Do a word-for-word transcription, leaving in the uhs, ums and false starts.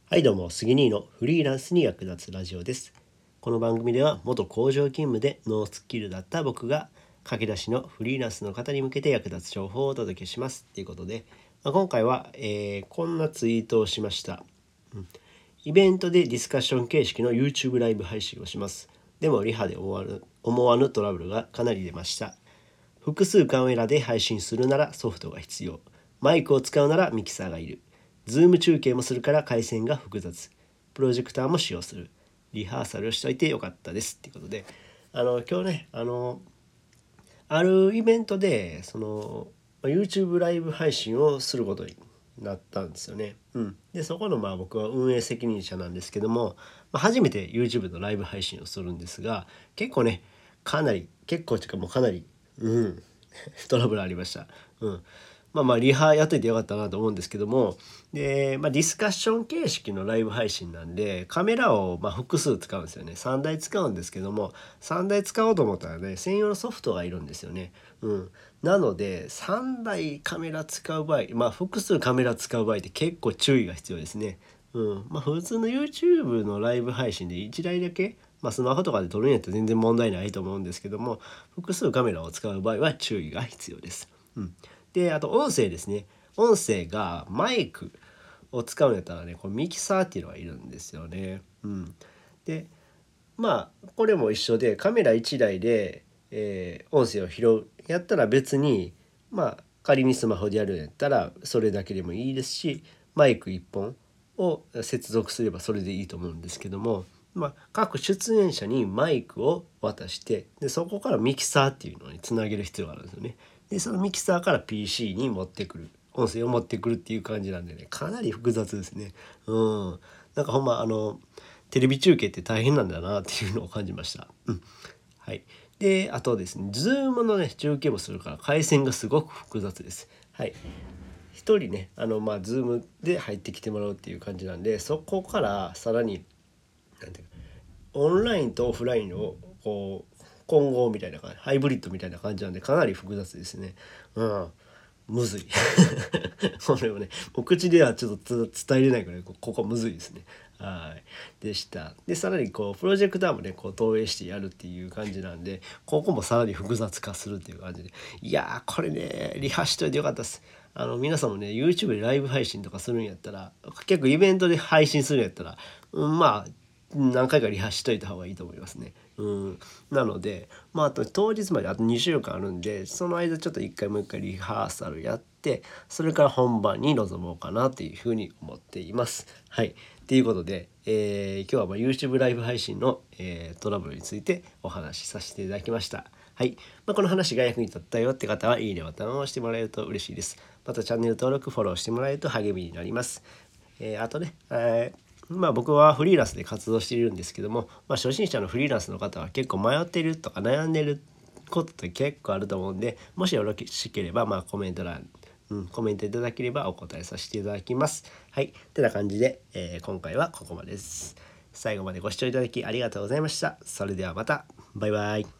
はいどうも、杉兄のフリーランスに役立つラジオです。この番組では元工場勤務でノースキルだった僕が駆け出しのフリーランスの方に向けて役立つ情報をお届けしますということで、まあ、今回は、えーこんなツイートをしました、うん、イベントでディスカッション形式の YouTube ライブ配信をします。でもリハで思わぬ思わぬトラブルがかなり出ました。複数カメラで配信するならソフトが必要。マイクを使うならミキサーがいる。ズーム中継もするから回線が複雑。プロジェクターも使用する。リハーサルをしといてよかったですっていうことで、あの今日ね、あのあるイベントでその YouTube ライブ配信をすることになったんですよね。うん、でそこのまあ僕は運営責任者なんですけども、まあ、初めて YouTube のライブ配信をするんですが、結構ねかなり結構っていうかもうかなり、うん、トラブルありました。うん、まあまあリハやっといてよかったなと思うんですけども、で、まあ、ディスカッション形式のライブ配信なんでカメラをまあ複数使うんですよね。さんだい使うんですけども、さんだい使おうと思ったらね専用のソフトがいるんですよね。うん、なのでさんだいカメラ使う場合、まあ複数カメラ使う場合って結構注意が必要ですね。うんまあ、普通の YouTube のライブ配信でいちだいだけ、まあ、スマホとかで撮るんやったら全然問題ないと思うんですけども、複数カメラを使う場合は注意が必要です。うん、であと音声ですね。音声がマイクを使うんやったらね、これミキサーっていうのがいるんですよね。うん、でまあこれも一緒でカメラいちだいで、えー音声を拾うやったら別に、まあ仮にスマホでやるんやったらそれだけでもいいですし、マイクいっぽんを接続すればそれでいいと思うんですけども、まあ、各出演者にマイクを渡して、でそこからミキサーっていうのにつなげる必要があるんですよね。でそのミキサーから ピーシー に持ってくる、音声を持ってくるっていう感じなんでね、かなり複雑ですね。うんなんかほんまあのテレビ中継って大変なんだなっていうのを感じました。うん、はい。で、あとですね、ズームのね中継もするから回線がすごく複雑です。はい。一人ね、あのまあズームで入ってきてもらうっていう感じなんで、そこからさらになんていうか、オンラインとオフラインをこう混合みたいな感じ、ハイブリッドみたいな感じなんでかなり複雑ですね。うん。むずいこれをねもう口ではちょっと伝えれないからこここむずいですね。はいでした。でさらにこうプロジェクターもねこう投影してやるっていう感じなんで、ここもさらに複雑化するっていう感じで、いやーこれねリハしといてよかったです。あの皆さんもね YouTube でライブ配信とかするんやったら、結構イベントで配信するんやったら、うん、まあ何回かリハしといた方がいいと思いますね。うん、なので、まあ、あと当日まであとにしゅうかんあるんで、その間ちょっと一回もう一回リハーサルやって、それから本番に臨もうかなというふうに思っています。はい。ということで、えー今日はまあ YouTube ライブ配信の、えートラブルについてお話しさせていただきました。はい。まあ、この話が役に立ったよって方は、いいねボタンを押してもらえると嬉しいです。またチャンネル登録、フォローしてもらえると励みになります。えーあとね、えーまあ僕はフリーランスで活動しているんですけども、まあ、初心者のフリーランスの方は結構迷っているとか悩んでることって結構あると思うんで、もしよろしければまあコメント欄、うん、コメントいただければお答えさせていただきます。はい。てな感じで、えー今回はここまでです。最後までご視聴いただきありがとうございました。それではまた。バイバイ。